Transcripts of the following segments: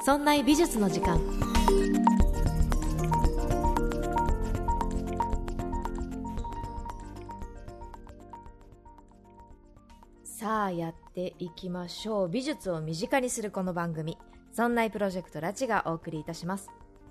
そんな美術の時間。さあやっていきましょう。美術を身近にするこの番組、そんなプロジェクトラチがお送りいたします。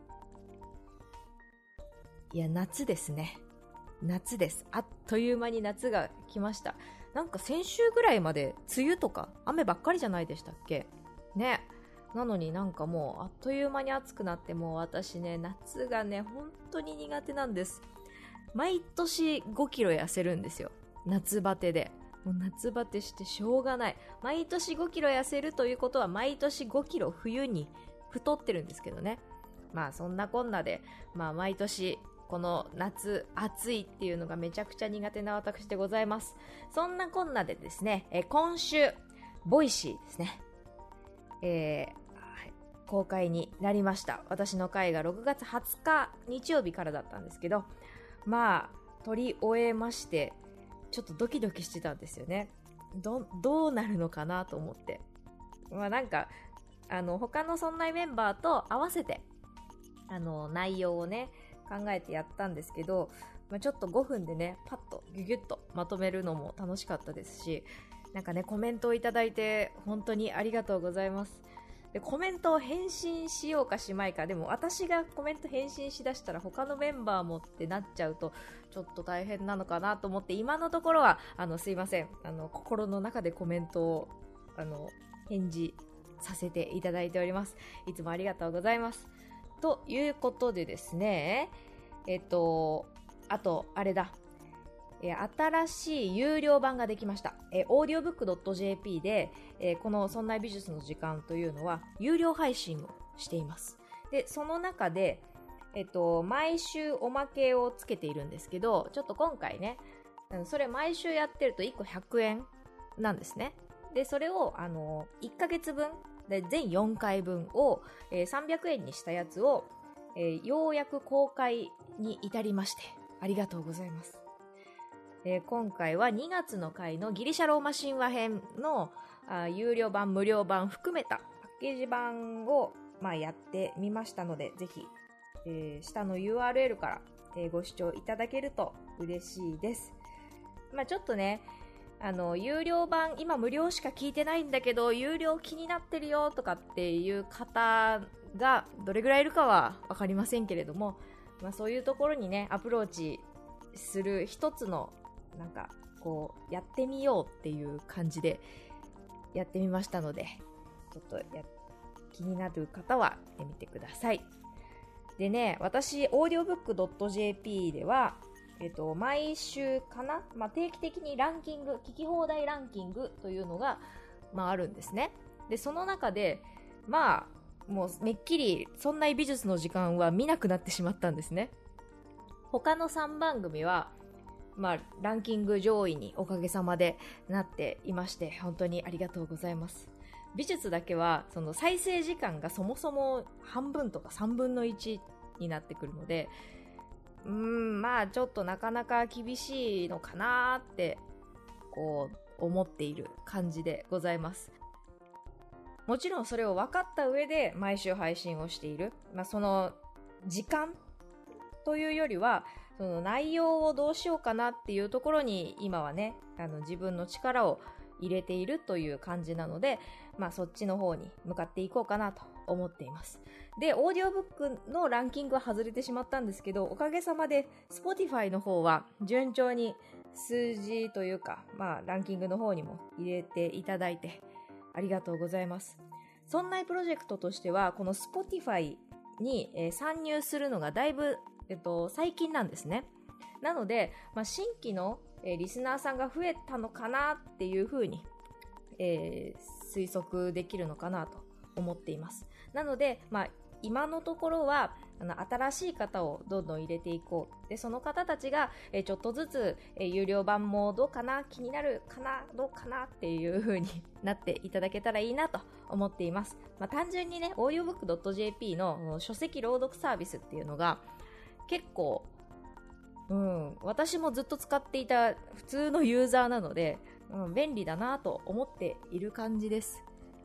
いや、夏ですね。夏です。あっという間に夏が来ました。なんか先週ぐらいまで梅雨とか雨ばっかりじゃないでしたっけね。なのになんかもうあっという間に暑くなって、もう私ね、夏がね本当に苦手なんです。毎年5キロ痩せるんですよ、夏バテで。もう夏バテしてしょうがない。毎年5キロ痩せるということは毎年5キロ冬に太ってるんですけどね。まあそんなこんなで、まあ毎年この夏暑いっていうのがめちゃくちゃ苦手な私でございます。そんなこんなでですね、今週ボイシーですね、公開になりました。私の回が6月20日日曜日からだったんですけど、まあ撮り終えまして、ちょっとドキドキしてたんですよね。どうなるのかなと思って。まあなんか他のそんなメンバーと合わせて内容をね考えてやったんですけど、まあ、ちょっと5分でねパッとギュギュッとまとめるのも楽しかったですし、なんかねコメントをいただいて本当にありがとうございます。でコメントを返信しようかしまいか、でも私がコメント返信しだしたら他のメンバーもってなっちゃうとちょっと大変なのかなと思って、今のところはすいません、心の中でコメントを返事させていただいております。いつもありがとうございます。ということでですね、あとあれだ、新しい有料版ができました。audiobook.jp で、このそんな美術の時間というのは有料配信をしています。でその中で、毎週おまけをつけているんですけど、ちょっと今回ね、それ毎週やってると1個100円なんですね。でそれを1ヶ月分で全4回分を、300円にしたやつを、ようやく公開に至りまして、ありがとうございます。今回は2月の回のギリシャローマ神話編の有料版無料版含めたパッケージ版を、やってみましたので、ぜひ、下の URL から、ご視聴いただけると嬉しいです。ちょっとね有料版今無料しか聞いてないんだけど有料気になってるよとかっていう方がどれぐらいいるかは分かりませんけれども、そういうところにねアプローチする一つのなんかこうやってみようっていう感じでやってみましたので、ちょっと気になる方は見てください。でね、私 audiobook.jp では毎週かな、定期的にランキング、聞き放題ランキングというのが、あるんですね。でその中でもうめっきりそんな美術の時間は見なくなってしまったんですね。他の3番組はランキング上位におかげさまでなっていまして、本当にありがとうございます。美術だけはその再生時間がそもそも半分とか3分の1になってくるので、ちょっとなかなか厳しいのかなってこう思っている感じでございます。もちろんそれを分かった上で毎週配信をしている、その時間というよりはその内容をどうしようかなっていうところに今はね自分の力を入れているという感じなので、そっちの方に向かっていこうかなと思っています。でオーディオブックのランキングは外れてしまったんですけど、おかげさまで Spotify の方は順調に数字というか、ランキングの方にも入れていただいてありがとうございます。そんなプロジェクトとしてはこの Spotify に、参入するのがだいぶ、最近なんですね。なので、新規の、リスナーさんが増えたのかなっていうふうに、推測できるのかなと思っています。なので、今のところは新しい方をどんどん入れていこう。でその方たちがちょっとずつ有料版もどうかな、気になるかな、どうかなっていう風になっていただけたらいいなと思っています。単純にね audiobook.jp の書籍朗読サービスっていうのが結構私もずっと使っていた普通のユーザーなので、便利だなと思っている感じです。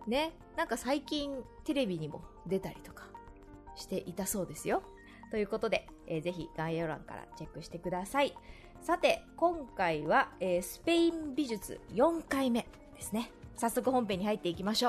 ね、なんか最近テレビにも出たりとかしていたそうですよ。ということで、ぜひ概要欄からチェックしてください。さて、今回は、スペイン美術4回目ですね。早速本編に入っていきましょう。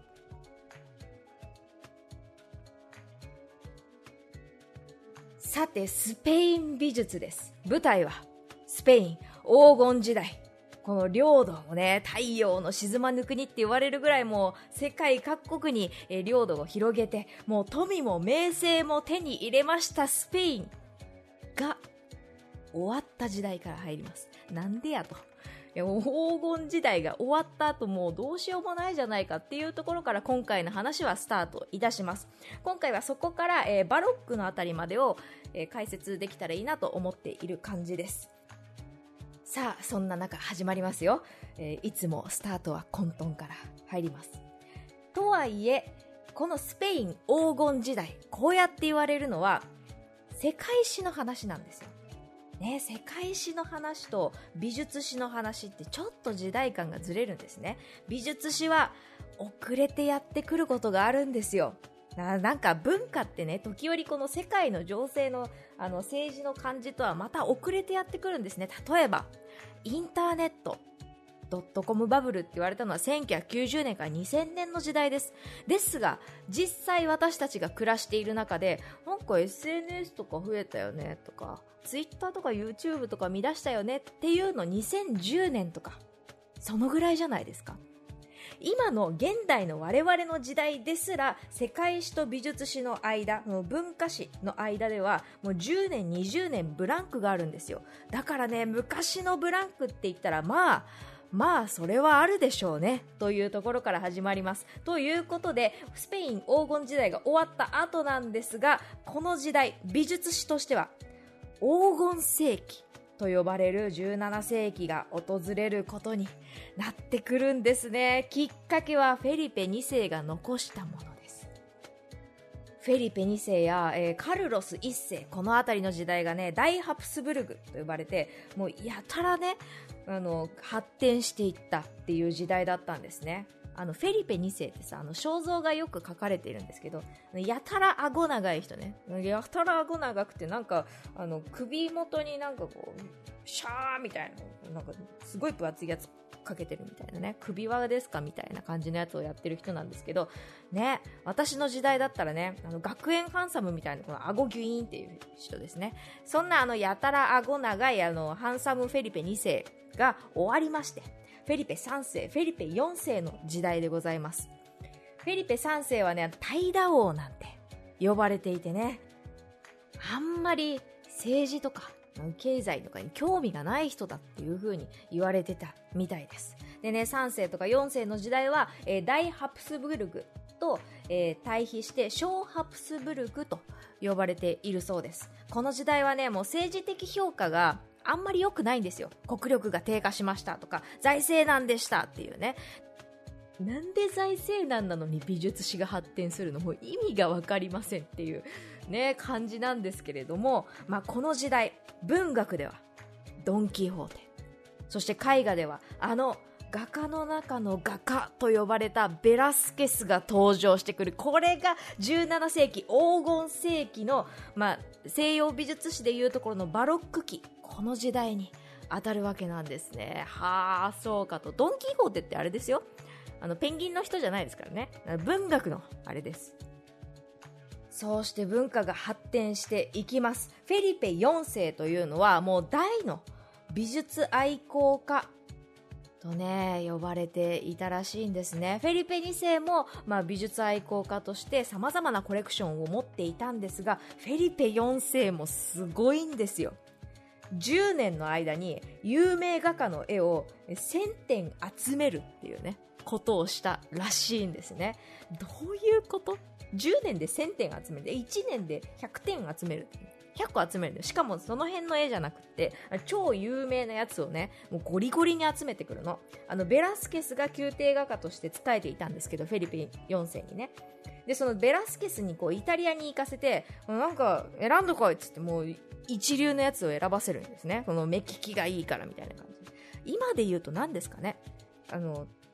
さて、スペイン美術です。舞台はスペイン黄金時代。この領土もね、太陽の沈まぬ国って言われるぐらい、もう世界各国に領土を広げて、もう富も名声も手に入れましたスペインが終わった時代から入ります。なんでやと。もう黄金時代が終わった後、もうどうしようもないじゃないかっていうところから今回の話はスタートいたします。今回はそこから、バロックのあたりまでを、解説できたらいいなと思っている感じです。さあ、そんな中始まりますよ。いつもスタートは混沌から入ります。とはいえ、このスペイン黄金時代、こうやって言われるのは世界史の話なんですよ。ね、世界史の話と美術史の話ってちょっと時代感がずれるんですね。美術史は遅れてやってくることがあるんですよ。なんか文化ってね、時折この世界の情勢の政治の感じとはまた遅れてやってくるんですね。例えばインターネットドットコムバブルって言われたのは1990年から2000年の時代です。ですが実際私たちが暮らしている中で、なんか SNS とか増えたよねとか、Twitter とか YouTube とか見出したよねっていうの2010年とか、そのぐらいじゃないですか。今の現代の我々の時代ですら、世界史と美術史の間、文化史の間ではもう10年20年ブランクがあるんですよ。だからね、昔のブランクって言ったらまあそれはあるでしょうねというところから始まります。ということで、スペイン黄金時代が終わった後なんですが、この時代美術史としては黄金世紀と呼ばれる17世紀が訪れることになってくるんですね。きっかけはフェリペ2世が残したものです。フェリペ2世や、カルロス1世、この辺りの時代がね、大ハプスブルグと呼ばれて、もうやたらね、発展していったっていう時代だったんですね。フェリペ2世ってさ、肖像がよく描かれているんですけど、やたら顎長い人ね、やたら顎長くて、なんか首元になんかこうシャーみたいな、なんかすごい分厚いやつかけてるみたいなね、首輪ですかみたいな感じのやつをやってる人なんですけどね。私の時代だったらね、学園ハンサムみたいなこの顎ギュイーンっていう人ですね。そんなやたら顎長いハンサムフェリペ2世が終わりまして、フェリペ3世、フェリペ4世の時代でございます。フェリペ3世はね、怠惰王なんて呼ばれていてね、あんまり政治とか経済とかに興味がない人だっていう風に言われてたみたいです。でね、3世とか4世の時代は、大ハプスブルグと、対比して小ハプスブルグと呼ばれているそうです。この時代はね、もう政治的評価があんまり良くないんですよ。国力が低下しましたとか、財政難でしたっていうね。なんで財政難なのに美術史が発展するの、もう意味が分かりませんっていうね、感じなんですけれども、この時代文学ではドン・キホーテ、そして絵画では画家の中の画家と呼ばれたベラスケスが登場してくる。これが17世紀黄金世紀の、西洋美術史でいうところのバロック期、この時代に当たるわけなんですね。はあ、そうかと。ドン・キホーテってあれですよ、ペンギンの人じゃないですからね。文学のあれです。そうして文化が発展していきます。フェリペ4世というのはもう大の美術愛好家とね、呼ばれていたらしいんですね。フェリペ2世も、美術愛好家として様々なコレクションを持っていたんですが、フェリペ4世もすごいんですよ。10年の間に有名画家の絵を1000点集めるっていうね、ことをしたらしいんですね。どういうこと？ 10 年で1000点集めて、1年で100点集める。100個集めるんだよ。しかもその辺の絵じゃなくて、超有名なやつをね、もうゴリゴリに集めてくるの。ベラスケスが宮廷画家として仕えていたんですけど、フェリペ4世にね。で、そのベラスケスにこうイタリアに行かせて、なんか選んどこいっつって、もう一流のやつを選ばせるんですね。その目利きがいいからみたいな感じ。今で言うと何ですかね。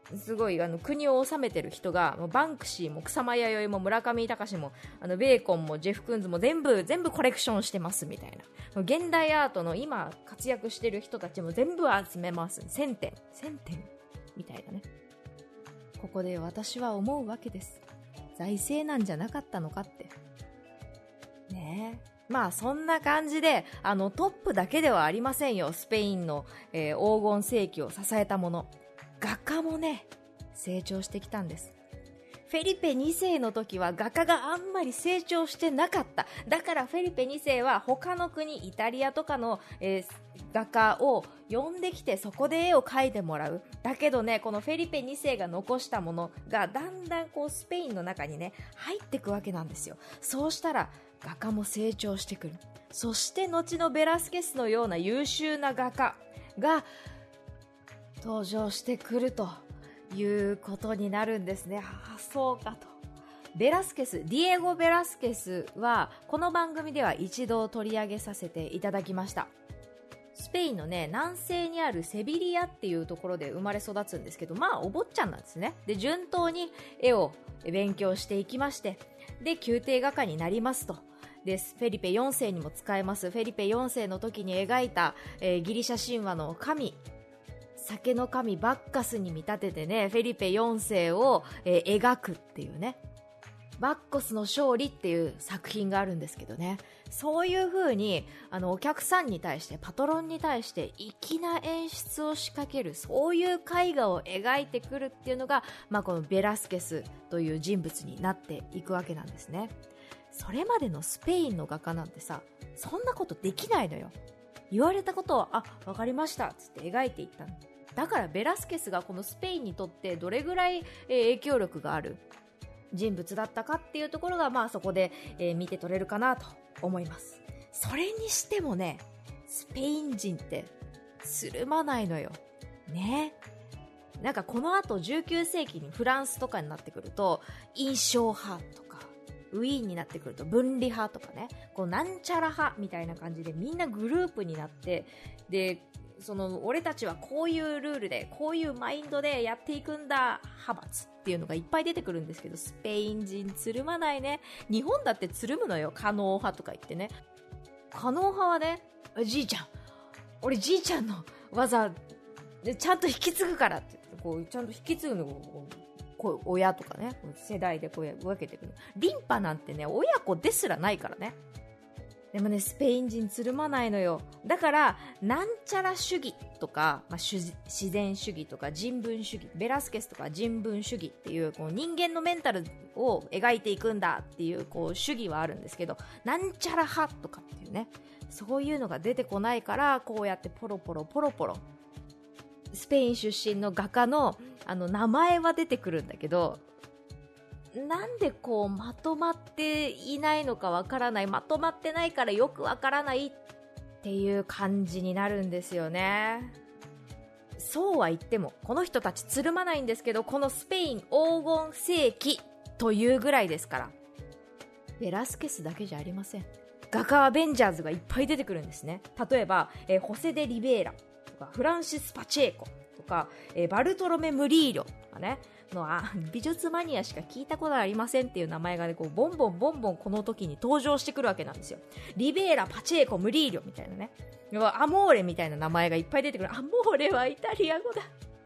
すごい国を治めてる人が、もうバンクシーも草間彌生も村上隆もベーコンもジェフ・クンズも全部コレクションしてますみたいな、現代アートの今活躍してる人たちも全部集めます、1000点みたいなね。ここで私は思うわけです。財政なんじゃなかったのかってね。まあそんな感じでトップだけではありませんよ、スペインの、黄金世紀を支えたもの、画家もね成長してきたんです。フェリペ2世の時は画家があんまり成長してなかった。だからフェリペ2世は他の国、イタリアとかの、画家を呼んできて、そこで絵を描いてもらう。だけどね、このフェリペ2世が残したものがだんだんこうスペインの中にね入っていくわけなんですよ。そうしたら画家も成長してくる。そして後のベラスケスのような優秀な画家が登場してくるということになるんですね。ああ、そうかと。ディエゴ・ベラスケスはこの番組では一度取り上げさせていただきました。スペインのね南西にあるセビリアっていうところで生まれ育つんですけど、まあお坊ちゃんなんですね。で順当に絵を勉強していきまして、で宮廷画家になりますと。でフェリペ4世にも使えます。フェリペ4世の時に描いた、ギリシャ神話の神、酒の神バッカスに見立ててね、フェリペ4世を、描くっていうね、バッコスの勝利っていう作品があるんですけどね、そういう風にお客さんに対して、パトロンに対して粋な演出を仕掛ける、そういう絵画を描いてくるっていうのが、このベラスケスという人物になっていくわけなんですね。それまでのスペインの画家なんてさ、そんなことできないのよ。言われたことをわかりましたっつって描いていったの。だからベラスケスがこのスペインにとってどれぐらい影響力がある人物だったかっていうところが、そこで見て取れるかなと思います。それにしてもね、スペイン人ってつるまないのよね。なんかこの後19世紀にフランスとかになってくると、印象派とかウィーンになってくると分離派とかね、こうなんちゃら派みたいな感じでみんなグループになって、で俺たちはこういうルールでこういうマインドでやっていくんだ派閥っていうのがいっぱい出てくるんですけど、スペイン人つるまないね。日本だってつるむのよ、加納派とか言ってね。加納派はね、じいちゃん、俺じいちゃんの技ちゃんと引き継ぐからって言って、こうちゃんと引き継ぐのをこう親とかね、世代でこう分けてくる。リンパなんてね、親子ですらないからね。でもね、スペイン人つるまないのよ。だからなんちゃら主義とか、自然主義とか人文主義、ベラスケスとか人文主義っていう、こう人間のメンタルを描いていくんだっていう、こう主義はあるんですけど、なんちゃら派とかっていうね、そういうのが出てこないから、こうやってポロポロスペイン出身の画家の名前は出てくるんだけど、なんでこうまとまっていないのかわからない、まとまってないからよくわからないっていう感じになるんですよね。そうは言ってもこの人たちつるまないんですけど、このスペイン黄金世紀というぐらいですから、ベラスケスだけじゃありません。画家アベンジャーズがいっぱい出てくるんですね。例えば、ホセ・デ・リベーラとかフランシス・パチェーコとか、バルトロメ・ムリーリョとかね、美術マニアしか聞いたことありませんっていう名前がね、こうボンボンこの時に登場してくるわけなんですよ。リベーラ、パチェーコ、ムリーリョみたいなね、アモーレみたいな名前がいっぱい出てくる。アモーレはイタリア語だ。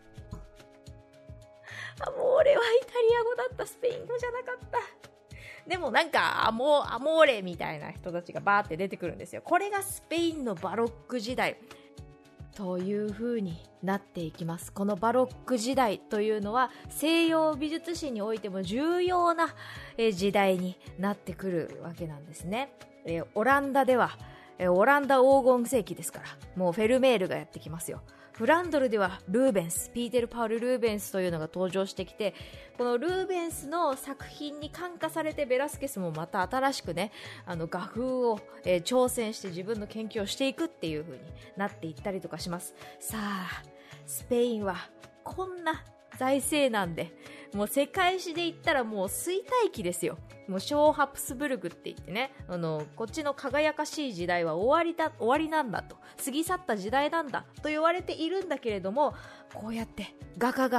アモーレはイタリア語だった、スペイン語じゃなかった。でもなんかアモーレみたいな人たちがバーって出てくるんですよ。これがスペインのバロック時代という風になっていきます。このバロック時代というのは西洋美術史においても重要な時代になってくるわけなんですね。オランダではオランダ黄金世紀ですから、もうフェルメールがやってきますよ。フランドルではルーベンス、ピーテル・パウル・ルーベンスというのが登場してきて、このルーベンスの作品に感化されてベラスケスもまた新しくね、画風を、挑戦して自分の研究をしていくっていう風になっていったりとかします。さあ、スペインはこんな財政なんで、もう世界史で言ったらもう衰退期ですよ。もう小ハプスブルグって言ってね、こっちの輝かしい時代は終わりなんだと、過ぎ去った時代なんだと言われているんだけれども、こうやって画家が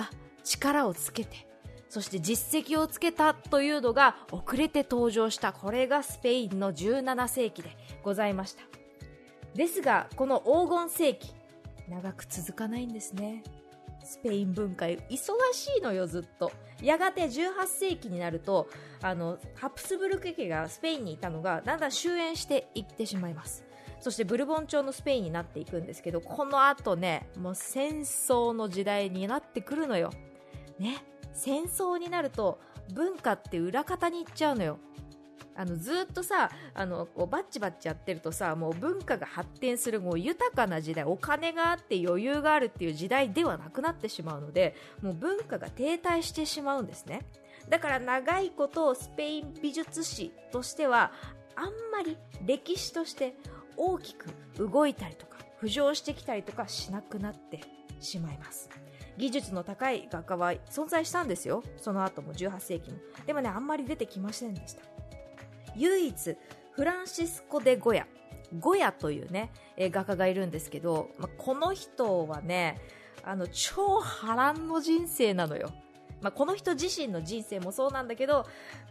力をつけて、そして実績をつけたというのが遅れて登場した、これがスペインの17世紀でございました。ですがこの黄金世紀長く続かないんですね。スペイン文化忙しいのよ、ずっと。やがて18世紀になるとハプスブルク家がスペインにいたのがだんだん終焉していってしまいます。そしてブルボン朝のスペインになっていくんですけど、この後ね、もう戦争の時代になってくるのよね。戦争になると文化って裏方に行っちゃうのよ。ずっとさこうバッチバッチやってるとさ、もう文化が発展する、もう豊かな時代、お金があって余裕があるっていう時代ではなくなってしまうので、もう文化が停滞してしまうんですね。だから長いことスペイン美術史としてはあんまり歴史として大きく動いたりとか浮上してきたりとかしなくなってしまいます。技術の高い画家は存在したんですよ、その後も18世紀も。でもね、あんまり出てきませんでした。唯一フランシスコ・デ・ゴヤというね画家がいるんですけど、この人はね超波乱の人生なのよ。この人自身の人生もそうなんだけど、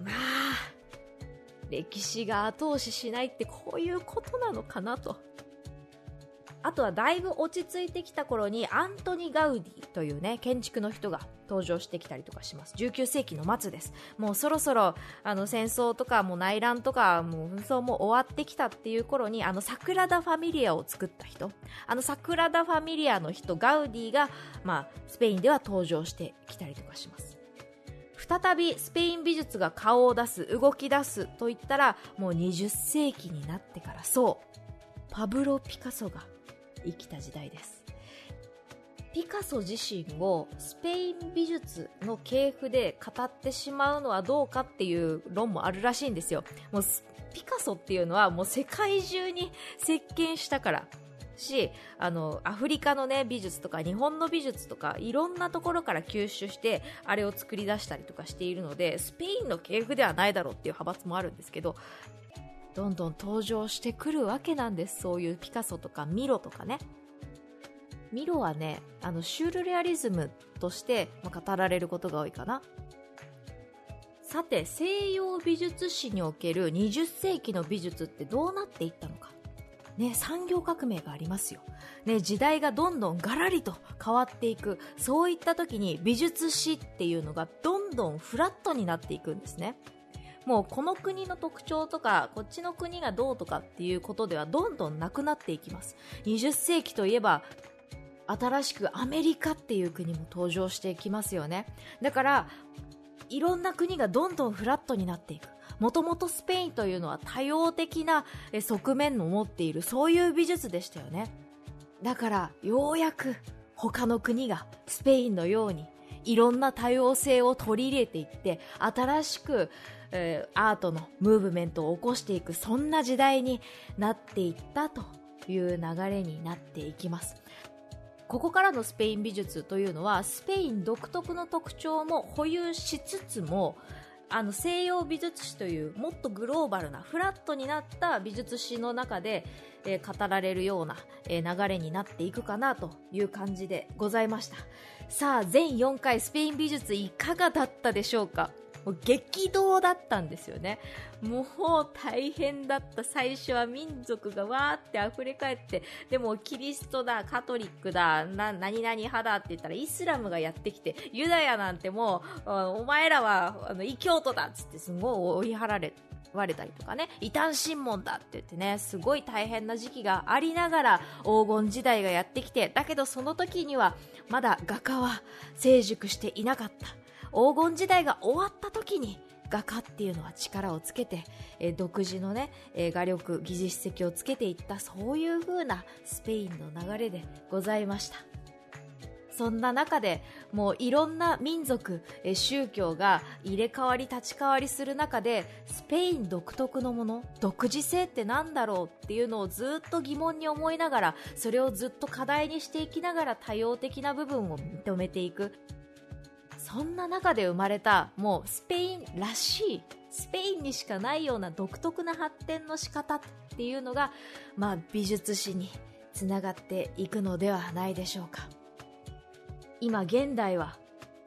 歴史が後押ししないってこういうことなのかなと。あとはだいぶ落ち着いてきた頃にアントニ・ガウディというね建築の人が登場してきたりとかします。19世紀の末です。もうそろそろ戦争とかもう内乱とかもう紛争も終わってきたっていう頃にサグラダ・ファミリアを作った人、サグラダ・ファミリアの人ガウディが、スペインでは登場してきたりとかします。再びスペイン美術が顔を出す、動き出すといったらもう20世紀になってから、そうパブロ・ピカソが生きた時代です。ピカソ自身をスペイン美術の系譜で語ってしまうのはどうかっていう論もあるらしいんですよ。もうピカソっていうのはもう世界中に席巻したからし、アフリカのね美術とか日本の美術とかいろんなところから吸収してあれを作り出したりとかしているので、スペインの系譜ではないだろうっていう派閥もあるんですけど、どんどん登場してくるわけなんです。そういうピカソとかミロとかね。ミロはねシュールレアリズムとして語られることが多いかな。さて、西洋美術史における20世紀の美術ってどうなっていったのかね。産業革命がありますよ、ね、時代がどんどんガラリと変わっていく。そういった時に美術史っていうのがどんどんフラットになっていくんですね。もうこの国の特徴とかこっちの国がどうとかっていうことではどんどんなくなっていきます。20世紀といえば新しくアメリカっていう国も登場していきますよね。だからいろんな国がどんどんフラットになっていく。もともとスペインというのは多様的な側面を持っている、そういう美術でしたよね。だからようやく他の国がスペインのようにいろんな多様性を取り入れていって新しくアートのムーブメントを起こしていく、そんな時代になっていったという流れになっていきます。ここからのスペイン美術というのはスペイン独特の特徴も保有しつつも、西洋美術史というもっとグローバルなフラットになった美術史の中で、語られるような、流れになっていくかなという感じでございました。さあ、全4回スペイン美術いかがだったでしょうか。もう激動だったんですよね。もう大変だった。最初は民族がわーって溢れ返って、でもキリストだ、カトリックだ、何々派だって言ったらイスラムがやってきて、ユダヤなんてもうお前らは異教徒だっつってすごい追い払われたりとかね、異端審問だって言ってね、すごい大変な時期がありながら黄金時代がやってきて、だけどその時にはまだ画家は成熟していなかった。黄金時代が終わった時に画家っていうのは力をつけて、独自のね、画力、技術史跡をつけていった、そういう風なスペインの流れでございました。そんな中でもういろんな民族、宗教が入れ替わり立ち替わりする中で、スペイン独特のもの、独自性ってなんだろうっていうのをずっと疑問に思いながら、それをずっと課題にしていきながら多様的な部分を認めていく。そんな中で生まれた、もうスペインらしい、スペインにしかないような独特な発展の仕方っていうのが、美術史につながっていくのではないでしょうか。今現代は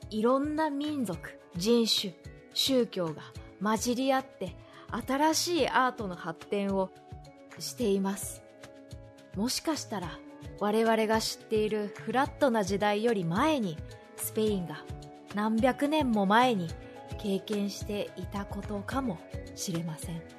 いろんな民族、人種、宗教が混じり合って新しいアートの発展をしています。もしかしたら我々が知っているフラットな時代より前にスペインが何百年も前に経験していたことかもしれません。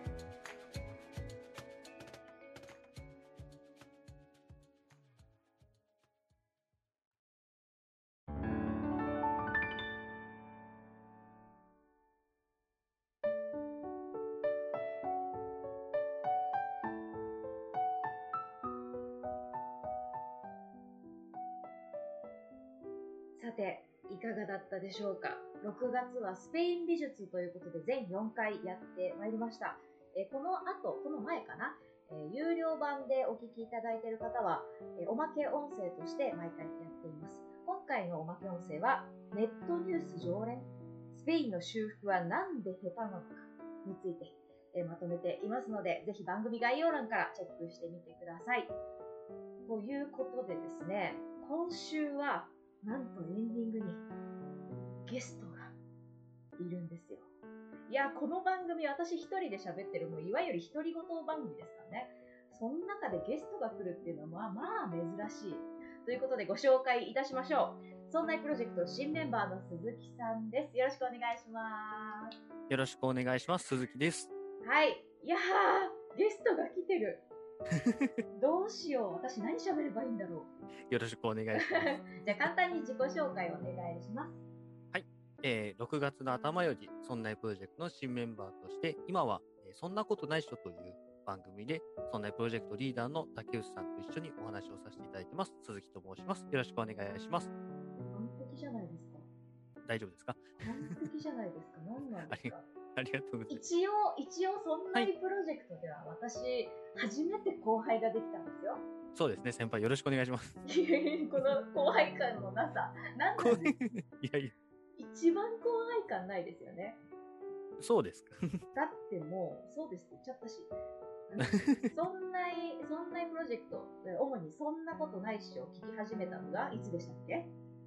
さて、いかがだったでしょうか。6月はスペイン美術ということで全4回やってまいりました。この前かな、有料版でお聞きいただいている方は、おまけ音声として毎回やっています。今回のおまけ音声は、ネットニュース常連、スペインの修復はなんで下手なのかについて、まとめていますので、ぜひ番組概要欄からチェックしてみてください。ということでですね、今週はなんとエンディングにゲストがいるんですよ。いや、この番組私一人で喋ってる、もういわゆる独り言番組ですからね。その中でゲストが来るっていうのはまあ珍しい。ということでご紹介いたしましょう。そんなプロジェクト新メンバーの鈴木さんです。よろしくお願いします。 よろしくお願いします。鈴木です。 はい。いやー、ゲストが来てる。どうしよう。私何喋ればいいんだろう。よろしくお願いします。 じゃあ簡単に自己紹介お願いします。 はい。6月の頭より、そんなプロジェクトの新メンバーとして、今は、そんなことないっしょという番組で、そんなプロジェクトリーダーの竹内さんと一緒にお話をさせていただいてます。鈴木と申します。よろしくお願いします。 完璧じゃないですか。 大丈夫ですか？ 完璧じゃないですか。何なんですか？ ありがとうございます。 一応そんなにプロジェクトでは私、初めて後輩ができたんですよ。 そうですね、先輩よろしくお願いします。 この後輩感のなさ、何なんですか？ いやいや。 一番後輩感ないですよね。 そうですか。 だってもう、そうですって言っちゃったし。そんなプロジェクト、主にそんなことないっしょを聞き始めたのがいつでしたっけ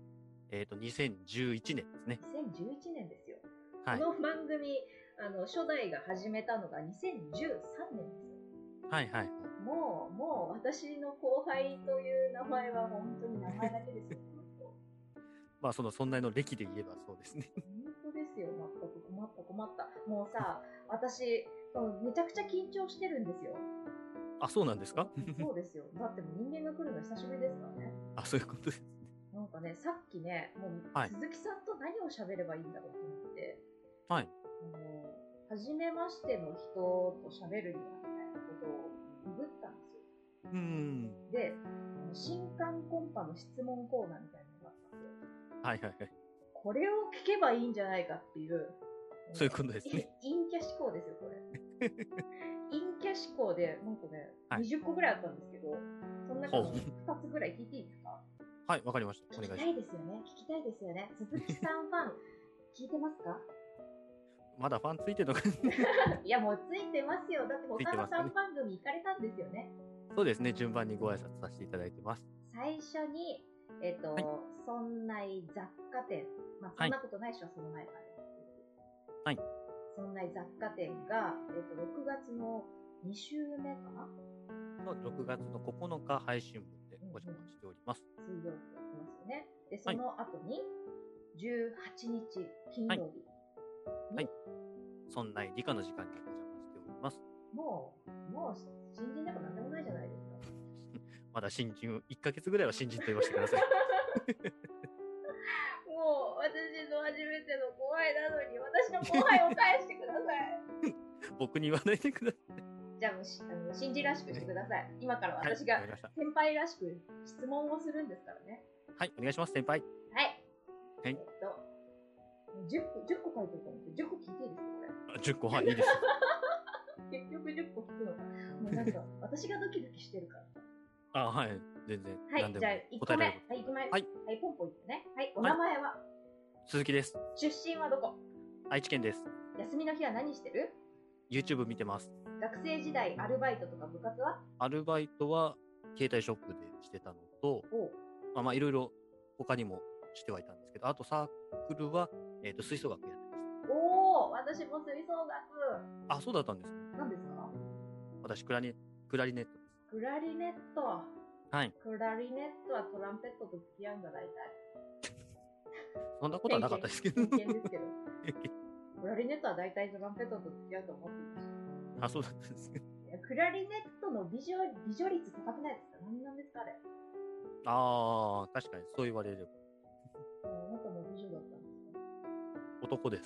？2011年ですね。 2011年ですよ。 はい、 この番組、初代が始めたのが2013年ですよ。 はいはい。 もう私の後輩という名前は本当に名前だけですよ。 まあそんなの歴で言えばそうですね。 本当ですよ。全く困った。もうさ、私、めちゃくちゃ緊張してるんですよ。 あ、そうなんですか？ そうですよ。だってもう人間が来るの久しぶりですからね。 あ、そういうことですね。 なんかね、さっきね、もう、 はい、 鈴木さんと何を喋ればいいんだろうと思って、 はい。 初めましての人と喋るにはみたいなことをググったんですよ。で、新刊コンパの質問コーナーみたいなのがあったんで、 はいはいはい。 これを聞けばいいんじゃないかっていう、 そういうことですね。 陰キャ思考ですよ、これ。陰キャ思考で、なんかね、 はい、 20個ぐらいあったんですけど、その中の2つぐらい聞いていいですか？ はい、わかりました。お願いします。 聞きたいですよね。鈴木さんファン、聞いてますか？ まだファンついてるのかいや、もうついてますよ。だって他の3番組行かれたんですよね。 そうですね。順番にご挨拶させていただいてます。 最初に、はい、そんな雑貨店。まあ、そんなことないっしょ、その前から。 はい。 そんな雑貨店が、6月の2週目かなの6月の9日配信分でお邪魔しております。 水曜日やってますよね。で、その後に、18日金曜日。 はい。そんな理科の時間にお邪魔しております。 もう、新人でもなんでもないじゃないですか。 まだ新人、1ヶ月ぐらいは新人と言わせてください。 もう、私の初めての後輩なのに、私の後輩を返してください。 僕に言わないでください。 じゃあもう新人らしくしてください。今から私が先輩らしく質問をするんですからね。 はい、お願いします、先輩。 はい。 はい。 10個書いておいたので、10個聞いていいですか、これ。 10個、はい、いいです。 結局10個聞くのか。もうなんか、私がドキドキしてるからさ。 あ、はい、全然。 はい、じゃあ1個目。はい、1個目。はい、ポンポン言ってね。はい、お名前は、 鈴木です。 出身はどこ？ 愛知県です。 休みの日は何してる？ YouTube 見てます。 学生時代、アルバイトとか部活は？ アルバイトは、携帯ショップでしてたのと、まあいろいろ他にもしてはいたんですですけど、あとサークルは、吹奏楽やってます。 おー、私も吹奏楽。 あ、そうだったんですね。 何ですか？ 私、クラリネットです。 クラリネット。 はい。 クラリネットはトランペットと付き合うんだ、大体。 そんなことはなかったですけど。 偏見ですけど。クラリネットは大体トランペットと付き合うと思っていました。 あ、そうだったんですね。 クラリネットの美女率高くないですか？何なんですかあれ。 ああ、確かにそう言われれば。 あなたも美女だったんですか？ 男です。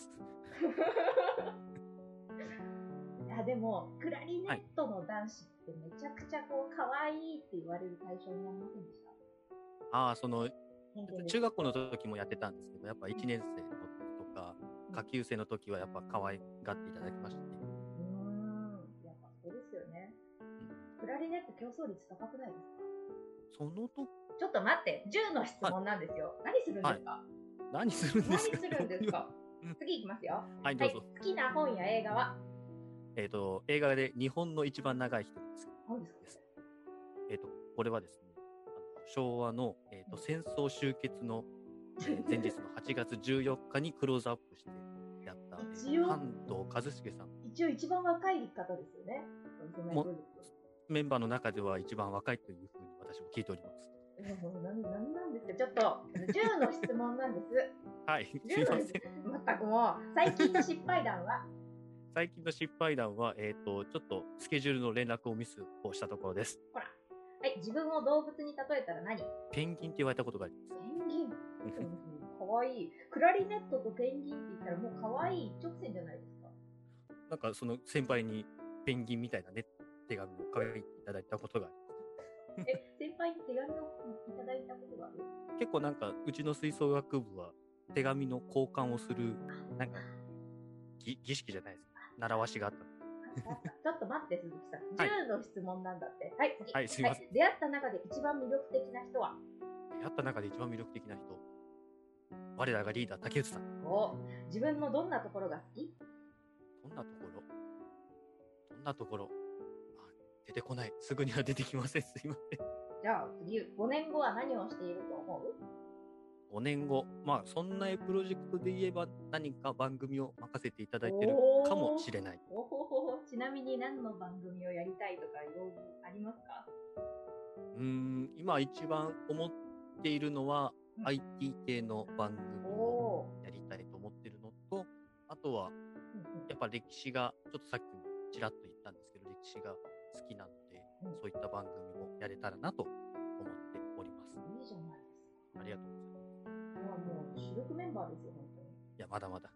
いやでもクラリネットの男子ってめちゃくちゃこう可愛いって言われる対象になりませんでした？ ああ、その偏見です。 中学校の時もやってたんですけど、やっぱ1年生の時とか、下級生の時はやっぱ可愛がっていただきましたね。 やっぱそうですよね。クラリネット競争率高くないですか？ その時ちょっと待って、10の質問なんですよ。何するんですか？ 何するんですか？ 何するんですか？次いきますよ。 はい、どうぞ。 好きな本や映画は？ 映画で日本の一番長い人です。 何ですか？ これはですね、昭和の、戦争終結の、前日の8月14日にクローズアップしてやった、半藤一茂さん。 一応一番若い方ですよね。 メンバーの中では一番若いというふうに私も聞いております。 何なんですか？ちょっと10の質問なんです。 はい、すいません。 全くもう最近の失敗談は？ 最近の失敗談は、ちょっとスケジュールの連絡をミスをしたところです。 ほら、はい、自分を動物に例えたら何？ ペンギンって言われたことがあります。 ペンギンかわいい。クラリネットとペンギンって言ったらもうかわいい一直線じゃないですか。 なんかその先輩にペンギンみたいなね、手紙を書いていただいたことがあります。 先輩に手紙をいただいたことがある？ 結構なんかうちの吹奏楽部は手紙の交換をするなんか儀式じゃないですか。習わしがあった。 ちょっと待って、鈴木さん。 はい 10の質問なんだって。はい、次。 はい、すいません。 出会った中で一番魅力的な人は？ 出会った中で一番魅力的な人。我らがリーダー、竹内さん。 自分のどんなところが好き？ どんなところ出てこない。すぐには出てきません。すいません。 じゃあ次、5年後は何をしていると思う？ 5年後。まあ、そんなプロジェクトで言えば何か番組を任せていただいてるかもしれない。 ちなみに何の番組をやりたいとか要望ありますか？ 今一番思っているのは、IT 系の番組をやりたいと思っているのと、あとは、やっぱ歴史が、ちょっとさっきもちらっと言ったんですけど、歴史が好きなので、そういった番組もやれたらなと思っております。 いいじゃないですか。 ありがとうございます。 もう主力メンバーですよ、本当に。 いや、まだまだ。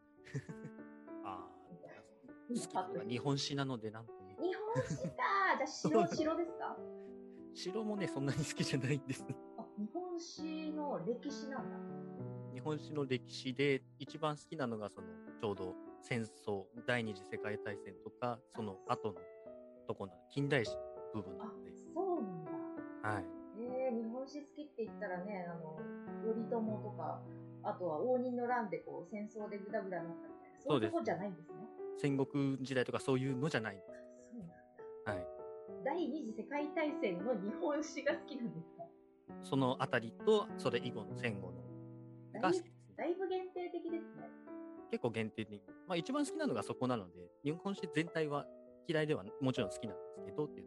好きなのが日本史なので、なんとね。 日本史か。じゃあ城ですか？ 城もね、そんなに好きじゃないんです。 日本史の歴史なんだ。 日本史の歴史で一番好きなのが、その、ちょうど戦争、第二次世界大戦とか、その後のところの近代史の部分なので。 そうなんだ。 はい。 日本史好きって言ったらね、頼朝とか、あとは応仁の乱でこう戦争でグダグダになったみたいな、そういうとこじゃないんですね。 戦国時代とかそういうのじゃないんです。 そうなんだ。 はい。 第二次世界大戦の日本史が好きなんですか？ そのあたりと、それ以後の戦後のが好きですね。 だいぶ限定的ですね。 結構限定的。まあ一番好きなのがそこなので、日本史全体は嫌いではもちろん好きなんですけどっていう。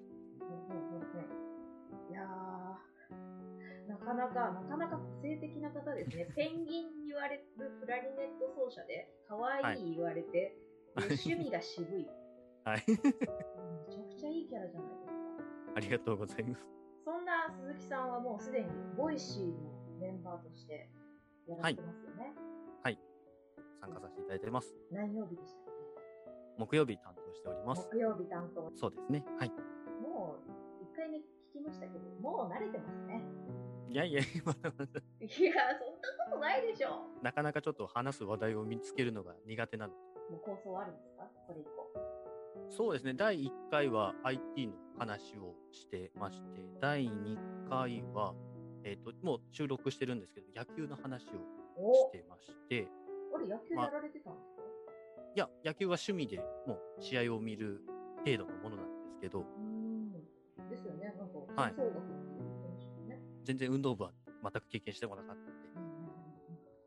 いやー、なかなか個性的な方ですね。ペンギン言われるクラリネット奏者で、可愛い言われて、趣味が渋い。 はい。 めちゃくちゃいいキャラじゃないですか。 ありがとうございます。 そんな鈴木さんはもうすでにボイシーのメンバーとしてやられてますよね。 はい。参加させていただいております。 何曜日でしたっけ？ 木曜日担当しております。 木曜日担当。 そうですね。はい。 もう1回目聞きましたけど、もう慣れてますね。 いや、まだまだ。 いや、そんなことないでしょ。 なかなかちょっと話す話題を見つけるのが苦手なので。 もう構想あるんですか？これ以降。 そうですね。第1回は IT の話をしてまして、第2回は、もう収録してるんですけど、野球の話をしてまして。 あれ、野球やられてたんですか？ いや、野球は趣味でもう試合を見る程度のものなんですけど。 ですよね。なんか、吹奏楽っていう話ね。 全然運動部は全く経験してこなかったので。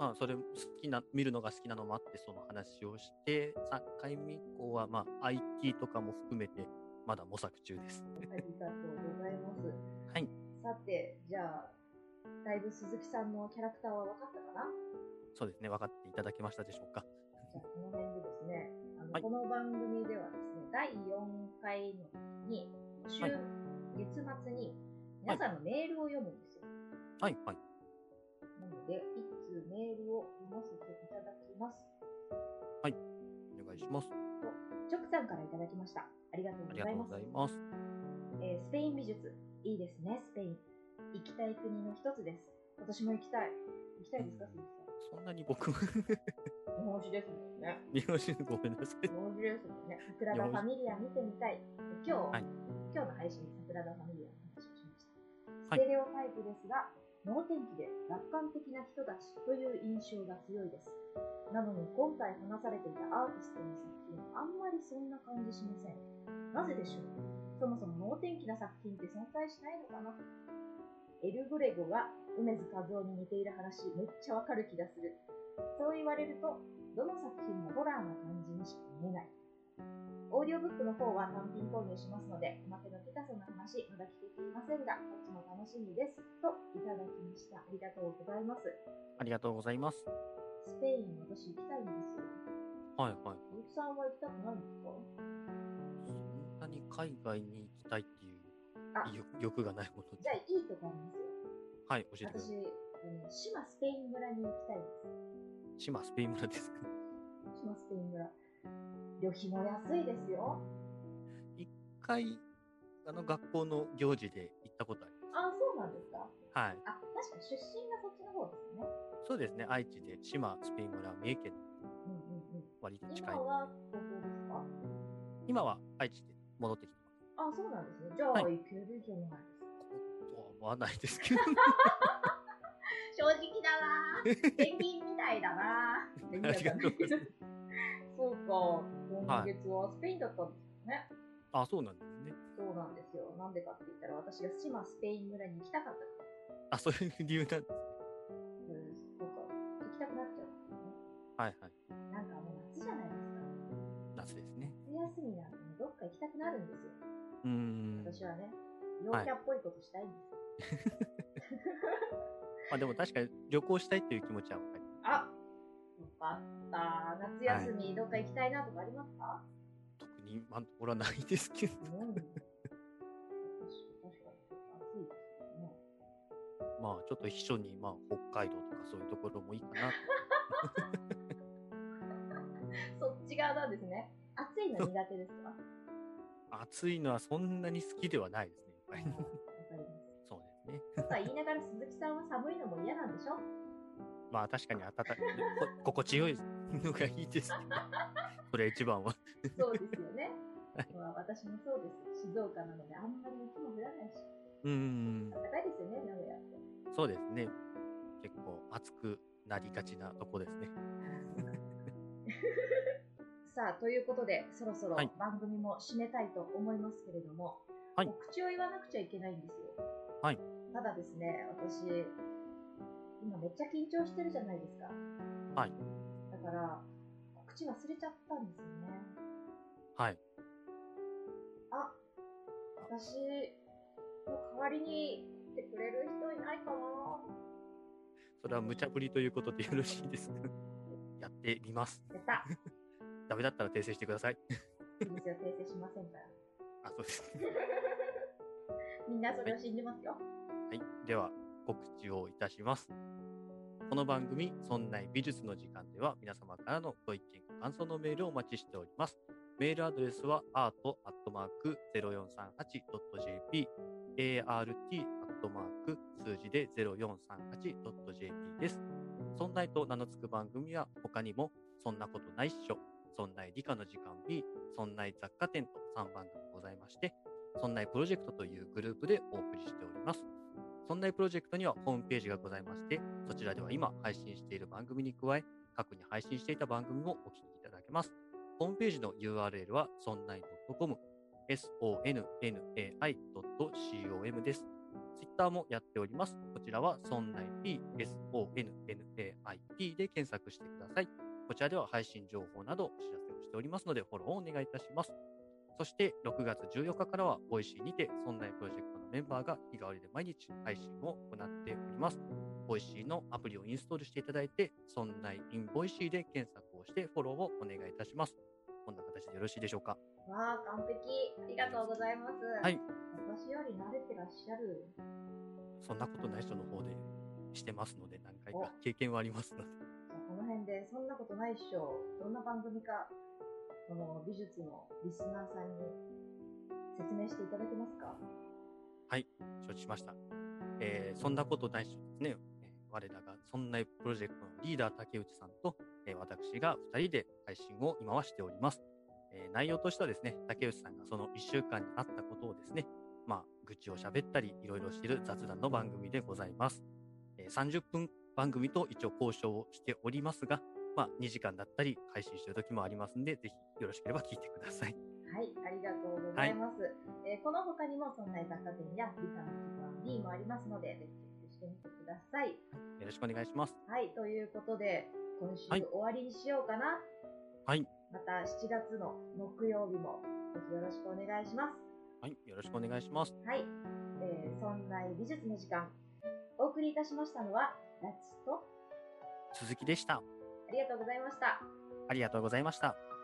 それ好きな、見るのが好きなのもあって、その話をして、3回目以降は、IT とかも含めて、まだ模索中です。 ありがとうございます。 はい。 さて、じゃあ、だいぶ鈴木さんのキャラクターは分かったかな？ そうですね。分かっていただけましたでしょうか。 じゃあ、この辺でですね、 はい、 この番組ではですね、第4回の時に、 はい、 月末に皆さんのメールを読むんですよ。 はい、はい。 なので、いつメールを読ませていただきます。 はい。お願いします。 チョクさんからいただきました。ありがとうございます。 ありがとうございます。 スペイン美術、いいですね、スペイン。行きたい国の一つです。私も行きたい。行きたいですか、鈴木さん。 そんなに僕も日本酒ですもんね。 日本酒ごめんなさい。 日本酒ですもんね。サグラダ・ファミリア見てみたい。今日の配信でサグラダ・ファミリアの話をしました。ステレオタイプですが、能天気で楽観的な人たちという印象が強いです。なのに今回話されていたアーティストの作品、あんまりそんな感じしません。なぜでしょう？そもそも能天気な作品って存在しないのかな？エルグレゴが梅津和夫に似ている話、めっちゃわかる気がする。そう言われると、どの作品もホラーな感じにしか見えない。オーディオブックの方は単品購入しますので、おまけのピカソの話、まだ聞けていませんが、こっちも楽しみです。といただきました。ありがとうございます。 ありがとうございます。 スペイン、私行きたいんですよ。 はいはい。 鈴木さんは行きたくないんですか？ そんなに海外に行きたいっていう欲がないもので。 じゃあいいとこありますよ。 はい、教えてください。 私、島スペイン村に行きたいです。 島スペイン村ですか？ 島スペイン村。旅費も安いですよ。 一回、学校の行事で行ったことあります。 あ、そうなんですか？ はい。 あ、確か出身がそっちの方ですね。 そうですね、愛知で島スペイン村、三重県割と近い。 今は東京ですか？ 今は愛知で戻ってきてます。 あ、そうなんですね。じゃあ、行けるじゃないですか。 とは思わないですけど。 正直だなぁ。ペンギンみたいだなぁ。 ありがとうございます。 そうか。今月はスペインだったんですね。 あ、そうなんですね。 そうなんですよ。なんでかって言ったら、私が島スペイン村に行きたかったから。 あ、そういう理由なんですね。 そうか。行きたくなっちゃうんですね。 はいはい。 なんかもう夏じゃないですか。 夏ですね。 夏休みなんてどっか行きたくなるんですよ。私はね、陽キャっぽいことしたいんですよ。 まあでも確かに旅行したいっていう気持ちは分かります。 あ、よかった。夏休みどっか行きたいなとかありますか？ 特に今のところはないですけど。 確かに暑いですよね。 まあちょっと一緒に北海道とかそういうところもいいかなと。 そっち側なんですね。暑いの苦手ですか？ 暑いのはそんなに好きではないですね、やっぱり。 わかります。 そうですね。 とか言いながら鈴木さんは寒いのも嫌なんでしょ？ まあ確かに暖かい、心地よいのがいいですけど。それ一番は。 そうですよね。私もそうです。静岡なのであんまり雪も降らないし。暖かいですよね、名古屋って。 そうですね。結構暑くなりがちなとこですね。 さあ、ということで、そろそろ番組も締めたいと思いますけれども、 はい、 告知を言わなくちゃいけないんですよ。 はい。 ただですね、私、今めっちゃ緊張してるじゃないですか。 はい。 だから、告知忘れちゃったんですよね。 はい。 あ、私の代わりに来てくれる人いないかな？ それは無茶ぶりということでよろしいですか？やってみます。 やったダメだったら訂正してください。 いいですよ、訂正しませんから。 あ、そうです。 みんなそれを信じますよ。 はい。では、告知をいたします。この番組、そんない美術の時間では、皆様からのご意見、ご感想のメールをお待ちしております。メールアドレスは art@0438.jp、art@ 数字で 0438.jp です。そんないと名の付く番組は他にも、そんなことないっしょ、そんない理科の時間 B、そんない雑貨店と3番組ございまして、そんないプロジェクトというグループでお送りしております。そんないプロジェクトにはホームページがございまして、そちらでは今配信している番組に加え、過去に配信していた番組もお聞きいただけます。ホームページの URL は sonnai.com、sonnai.com です。Twitter もやっております。こちらは sonnait、sonnait SONNAIP で検索してください。こちらでは配信情報などお知らせをしておりますので、フォローをお願いいたします。そして6月14日からは、ボイシーにて、そんないプロジェクトのメンバーが日替わりで毎日配信を行っております。ボイシーのアプリをインストールしていただいて、そんない in ボイシーで検索をしてフォローをお願いいたします。こんな形でよろしいでしょうか。 わあ、完璧。ありがとうございます。 はい。 私より慣れてらっしゃる。 そんなことない人の方でしてますので、何回か経験はありますので。 じゃあこの辺で、そんなことないっしょ。どんな番組か、この美術のリスナーさんに説明していただけますか？ はい、承知しました。そんなことないっしょですね。我らがそんなプロジェクトのリーダー竹内さんと、私が2人で配信を今はしております。内容としてはですね、竹内さんがその1週間にあったことをですね、愚痴を喋ったりいろいろしている雑談の番組でございます。30分番組と一応交渉をしておりますが、2時間だったり配信している時もありますんで、ぜひよろしければ聞いてください。 はい、ありがとうございます。この他にもそんな雑貨店や理科の時間 B もありますので、ぜひチェックしてみてください。 よろしくお願いします。 はい、ということで、今週終わりにしようかな。 はい。 また7月の木曜日もぜひよろしくお願いします。 はい、よろしくお願いします。 はい。そんな美術の時間、お送りいたしましたのは、ラッツと鈴木でした。 ありがとうございました。 ありがとうございました。